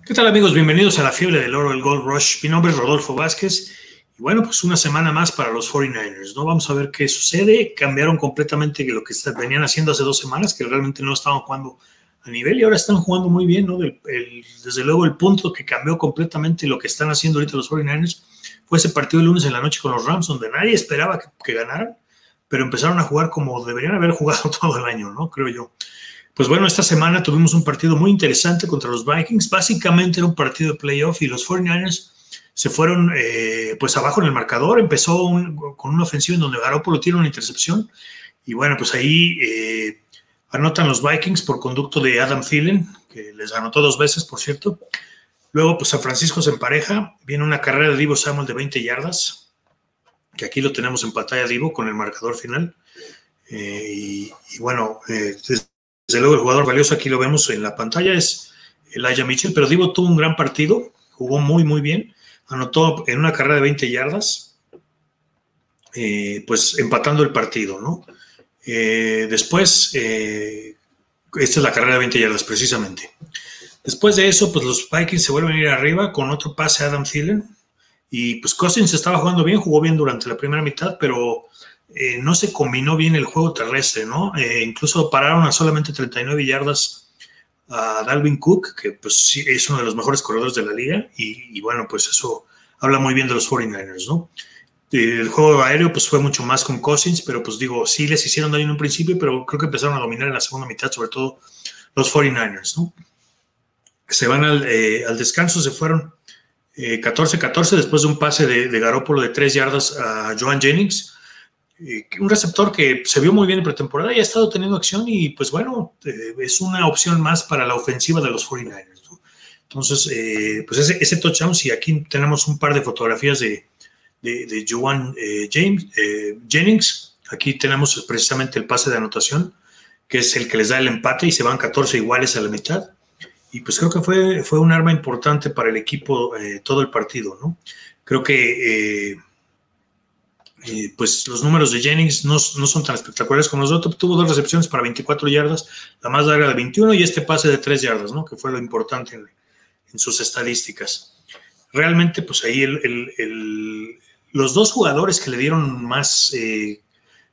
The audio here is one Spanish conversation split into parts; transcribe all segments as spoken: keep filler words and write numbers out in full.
¿Qué tal, amigos? Bienvenidos a la fiebre del oro, el Gold Rush. Mi nombre es Rodolfo Vázquez y bueno, pues una semana más para los cuarenta y nueve ers, ¿no? Vamos a ver qué sucede. Cambiaron completamente lo que venían haciendo hace dos semanas, que realmente no estaban jugando a nivel y ahora están jugando muy bien, ¿no? El, el, desde luego el punto que cambió completamente lo que están haciendo ahorita los cuarenta y nueve ers fue ese partido el lunes en la noche con los Rams, donde nadie esperaba que, que ganaran, pero empezaron a jugar como deberían haber jugado todo el año, ¿no? Creo yo. Pues bueno, esta semana tuvimos un partido muy interesante contra los Vikings. Básicamente era un partido de playoff y los cuarenta y nueve ers se fueron eh, pues abajo en el marcador. Empezó un, con una ofensiva en donde Garoppolo tiene una intercepción y bueno, pues ahí eh, anotan los Vikings por conducto de Adam Thielen, que les anotó dos veces, por cierto. Luego, pues San Francisco se empareja. Viene una carrera de Deebo Samuel de veinte yardas, que aquí lo tenemos en pantalla, Deebo, con el marcador final. Eh, y, y bueno, eh, desde luego el jugador valioso aquí lo vemos en la pantalla es Elijah Mitchell, pero Deebo tuvo un gran partido, jugó muy muy bien, anotó en una carrera de veinte yardas, eh, pues empatando el partido, ¿no? Eh, después, eh, esta es la carrera de veinte yardas precisamente. Después de eso, pues los Vikings se vuelven a ir arriba con otro pase a Adam Thielen y pues Cousins estaba jugando bien, jugó bien durante la primera mitad, pero Eh, no se combinó bien el juego terrestre, ¿no? Eh, incluso pararon a solamente treinta y nueve yardas a Dalvin Cook, que pues sí, es uno de los mejores corredores de la liga, y, y bueno, pues eso habla muy bien de los cuarenta y nueve ers, ¿no? El juego aéreo pues fue mucho más con Cousins, pero pues digo, sí les hicieron daño en un principio, pero creo que empezaron a dominar en la segunda mitad, sobre todo los cuarenta y nueve ers, ¿no? Se van al, eh, al descanso, se fueron eh, catorce catorce después de un pase de, de Garoppolo de tres yardas a Joan Jennings, un receptor que se vio muy bien en pretemporada y ha estado teniendo acción y pues bueno, eh, es una opción más para la ofensiva de los cuarenta y nueve ers, ¿no? Entonces, eh, pues ese, ese touchdown, y aquí tenemos un par de fotografías de, de, de Joan eh, James, eh, Jennings, aquí tenemos precisamente el pase de anotación, que es el que les da el empate y se van catorce iguales a la mitad. Y pues creo que fue, fue un arma importante para el equipo eh, todo el partido, ¿no? Creo que... Eh, Eh, pues los números de Jennings no, no son tan espectaculares como los otros. Tuvo dos recepciones para veinticuatro yardas, la más larga de veintiuno y este pase de tres yardas, ¿no? Que fue lo importante en, en sus estadísticas. Realmente, pues ahí el, el, el, los dos jugadores que le dieron más eh,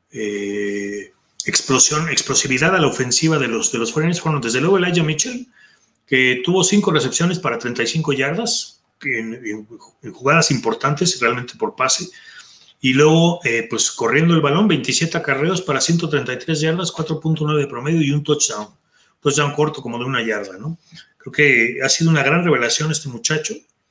eh, explosión, explosividad a la ofensiva de los, de los cuarenta y nueve fueron desde luego Elijah Mitchell, que tuvo cinco recepciones para treinta y cinco yardas en, en, en jugadas importantes, realmente por pase. Y luego, eh, pues corriendo el balón, veintisiete acarreos para ciento treinta y tres yardas, cuatro punto nueve de promedio y un touchdown. Touchdown corto como de una yarda, ¿no? Creo que ha sido una gran revelación este muchacho.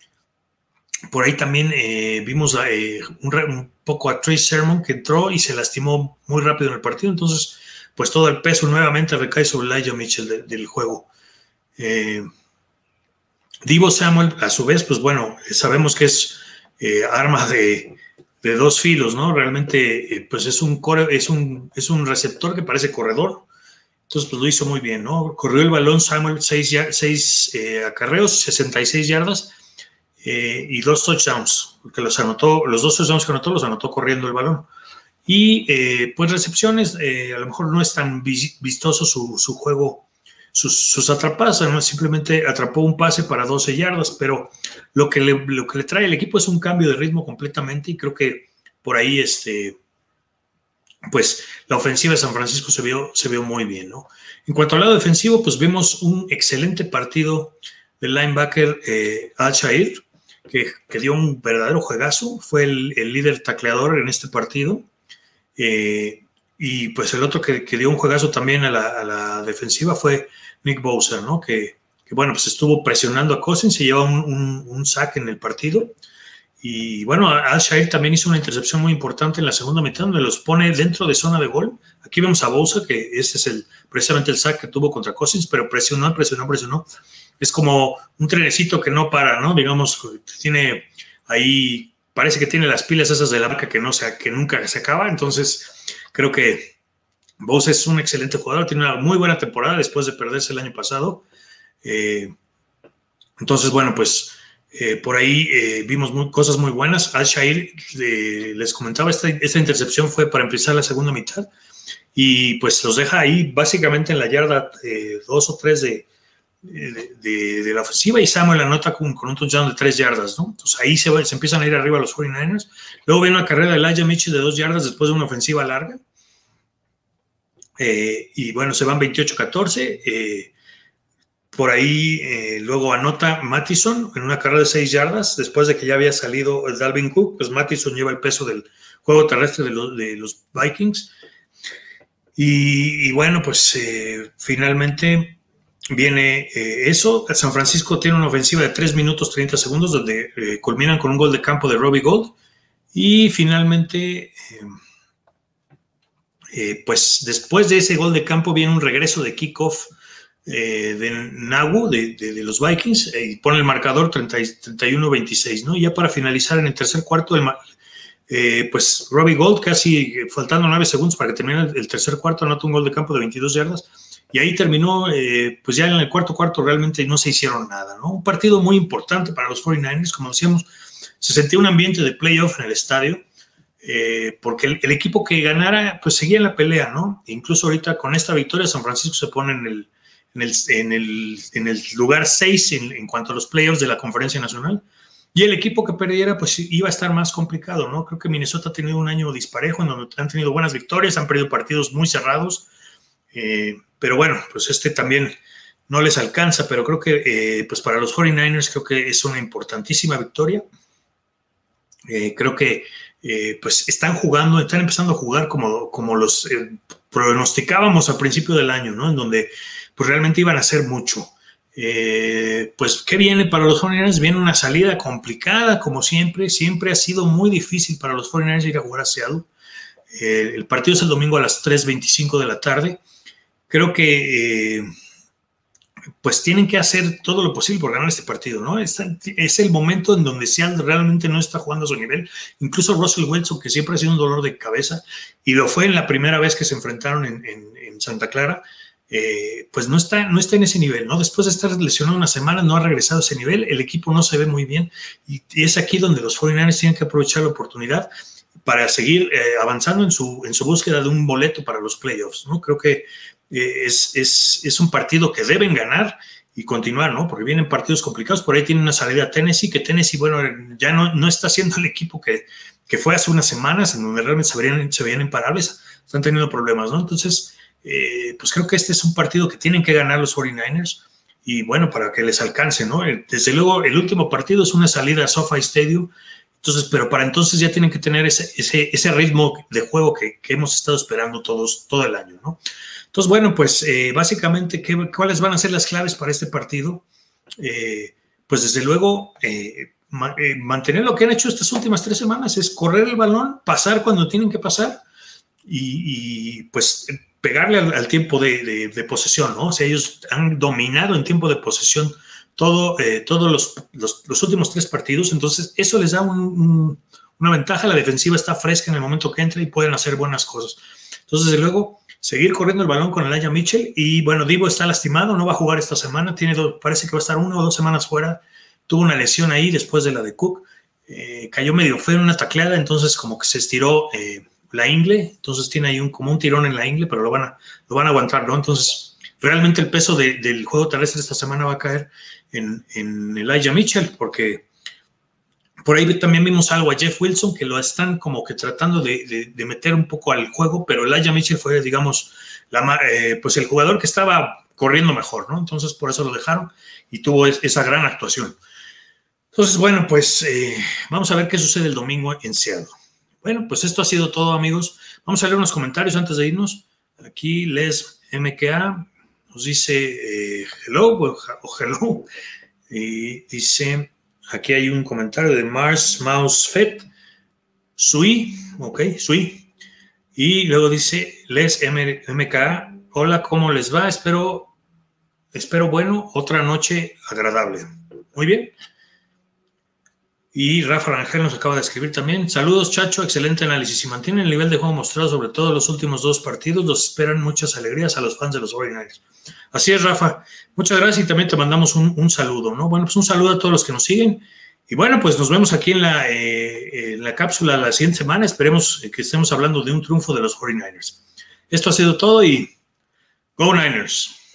Por ahí también eh, vimos eh, un, un poco a Trey Sermon, que entró y se lastimó muy rápido en el partido. Entonces, pues todo el peso nuevamente recae sobre Elijah Mitchell de, del juego. Eh, Deebo Samuel, a su vez, pues bueno, sabemos que es eh, arma de... de dos filos, ¿no? Realmente, eh, pues es un, core, es, un, es un receptor que parece corredor, entonces pues lo hizo muy bien, ¿no? Corrió el balón Samuel, seis, seis eh, acarreos, sesenta y seis yardas eh, y dos touchdowns, porque los anotó, los dos touchdowns que anotó los anotó corriendo el balón. Y eh, pues recepciones, eh, a lo mejor no es tan vistoso su, su juego, sus, sus atrapadas, ¿no? Simplemente atrapó un pase para doce yardas, pero lo que, le, lo que le trae al equipo es un cambio de ritmo completamente y creo que por ahí este, pues la ofensiva de San Francisco se vio, se vio muy bien, ¿no? En cuanto al lado defensivo, pues vimos un excelente partido del linebacker eh, Al-Shaair, que, que dio un verdadero juegazo, fue el, el líder tacleador en este partido. Eh, y pues el otro que, que dio un juegazo también a la, a la defensiva fue Nick Bosa, ¿no? Que, que bueno, pues estuvo presionando a Cousins, se lleva un, un, un sack en el partido. Y bueno, Al-Shaair también hizo una intercepción muy importante en la segunda mitad, donde los pone dentro de zona de gol. Aquí vemos a Bosa, que este es el, precisamente el sack que tuvo contra Cousins, pero presionó, presionó, presionó. Es como un trenecito que no para, ¿no? Digamos, tiene ahí, parece que tiene las pilas esas de la marca que, no se, que nunca se acaba. Entonces, creo que Bosa es un excelente jugador, tiene una muy buena temporada después de perderse el año pasado. Eh, entonces, bueno, pues eh, por ahí eh, vimos muy, cosas muy buenas. Al-Shaair, eh, les comentaba, esta, esta intercepción fue para empezar la segunda mitad y pues los deja ahí básicamente en la yarda eh, dos o tres de, de, de, de la ofensiva y Samuel anota con, con un touchdown de tres yardas, ¿no? Entonces ahí se, va, se empiezan a ir arriba los cuarenta y nueve ers. Luego viene una carrera de Elijah Mitchell de dos yardas después de una ofensiva larga. Eh, y bueno, se van veintiocho a catorce. Eh, por ahí eh, luego anota Mattison en una carrera de seis yardas después de que ya había salido el Dalvin Cook. Pues Mattison lleva el peso del juego terrestre de los, de los Vikings. Y, y bueno, pues eh, finalmente viene eh, eso. San Francisco tiene una ofensiva de tres minutos treinta segundos donde eh, culminan con un gol de campo de Robbie Gould. Y finalmente... Eh, Eh, pues después de ese gol de campo viene un regreso de kickoff eh, de Nagu, de, de, de los Vikings, eh, y pone el marcador treinta y uno a veintiséis, ¿no? Y ya para finalizar en el tercer cuarto, el, eh, pues Robbie Gould, casi faltando nueve segundos para que termine el, el tercer cuarto, anota un gol de campo de veintidós yardas, y ahí terminó, eh, pues ya en el cuarto cuarto realmente no se hicieron nada, ¿no? Un partido muy importante para los cuarenta y nueve ers, como decíamos, se sentía un ambiente de playoff en el estadio. Eh, porque el, el equipo que ganara pues seguía en la pelea, ¿no? E incluso ahorita con esta victoria San Francisco se pone en el, en el, en el, en el lugar seis en, en cuanto a los playoffs de la Conferencia Nacional, y el equipo que perdiera pues iba a estar más complicado, ¿no? Creo que Minnesota ha tenido un año disparejo en donde han tenido buenas victorias, han perdido partidos muy cerrados, eh, pero bueno, pues este también no les alcanza, pero creo que eh, pues para los cuarenta y nueve ers creo que es una importantísima victoria. Eh, creo que Eh, pues están jugando, están empezando a jugar como, como los eh, pronosticábamos al principio del año, ¿no? En donde pues realmente iban a hacer mucho. Eh, pues, ¿qué viene para los cuarenta y nueve ers? Viene una salida complicada, como siempre. Siempre ha sido muy difícil para los cuarenta y nueve ers ir a jugar a Seattle. Eh, el partido es el domingo a las tres veinticinco de la tarde. Creo que... Eh, pues tienen que hacer todo lo posible por ganar este partido, ¿no? Es, es el momento en donde Seattle realmente no está jugando a su nivel. Incluso Russell Wilson, que siempre ha sido un dolor de cabeza, y lo fue en la primera vez que se enfrentaron en, en, en Santa Clara, eh, pues no está, no está en ese nivel, ¿no? Después de estar lesionado una semana, no ha regresado a ese nivel, el equipo no se ve muy bien, y, y es aquí donde los cuarenta y nueve ers tienen que aprovechar la oportunidad para seguir eh, avanzando en su, en su búsqueda de un boleto para los playoffs, ¿no? Creo que Es, es, es un partido que deben ganar y continuar, ¿no? Porque vienen partidos complicados. Por ahí tiene una salida a Tennessee, que Tennessee, bueno, ya no, no está siendo el equipo que, que fue hace unas semanas, en donde realmente se veían, se veían imparables, están teniendo problemas, ¿no? Entonces, eh, pues creo que este es un partido que tienen que ganar los cuarenta y nueve ers y bueno, para que les alcance, ¿no? Desde luego, el último partido es una salida a SoFi Stadium, entonces, pero para entonces ya tienen que tener ese, ese, ese ritmo de juego que, que hemos estado esperando todos todo el año, ¿no? Entonces, bueno, pues eh, básicamente, ¿qué, ¿cuáles van a ser las claves para este partido? Eh, pues desde luego, eh, ma, eh, mantener lo que han hecho estas últimas tres semanas, es correr el balón, pasar cuando tienen que pasar y, y pues pegarle al, al tiempo de, de, de posesión, ¿no? O sea, ellos han dominado en tiempo de posesión todo, eh, todos los, los, los últimos tres partidos, entonces eso les da un, un, una ventaja, la defensiva está fresca en el momento que entra y pueden hacer buenas cosas. Entonces, desde luego, seguir corriendo el balón con Elijah Mitchell. Y bueno, Divo está lastimado, no va a jugar esta semana. Tiene dos, parece que va a estar una o dos semanas fuera. Tuvo una lesión ahí después de la de Cook. Eh, cayó medio feo en una tacleada, entonces como que se estiró eh, la ingle. Entonces tiene ahí un, como un tirón en la ingle, pero lo van a, lo van a aguantar, ¿no? Entonces, realmente el peso de, del juego terrestre esta semana va a caer en, en Elijah Mitchell, porque por ahí también vimos algo a Jeff Wilson, que lo están como que tratando de, de, de meter un poco al juego, pero Elijah Mitchell fue, digamos, la, eh, pues el jugador que estaba corriendo mejor, ¿no? Entonces, por eso lo dejaron y tuvo es, esa gran actuación. Entonces, bueno, pues eh, vamos a ver qué sucede el domingo en Seattle. Bueno, pues esto ha sido todo, amigos. Vamos a leer unos comentarios antes de irnos. Aquí Les M K A nos dice eh, hello o hello. Y dice... Aquí hay un comentario de Mars Mouse Fed. Sui, ok, Sui. Y luego dice Les M K A. Hola, ¿cómo les va? Espero, espero bueno, otra noche agradable. Muy bien. Y Rafa Rangel nos acaba de escribir también. Saludos, Chacho, excelente análisis. Si mantienen el nivel de juego mostrado sobre todo los últimos dos partidos, los esperan muchas alegrías a los fans de los cuarenta y nueve ers. Así es, Rafa. Muchas gracias y también te mandamos un, un saludo, ¿no? Bueno, pues un saludo a todos los que nos siguen. Y bueno, pues nos vemos aquí en la, eh, en la cápsula la siguiente semana. Esperemos que estemos hablando de un triunfo de los cuarenta y nueve ers. Esto ha sido todo y Go Niners.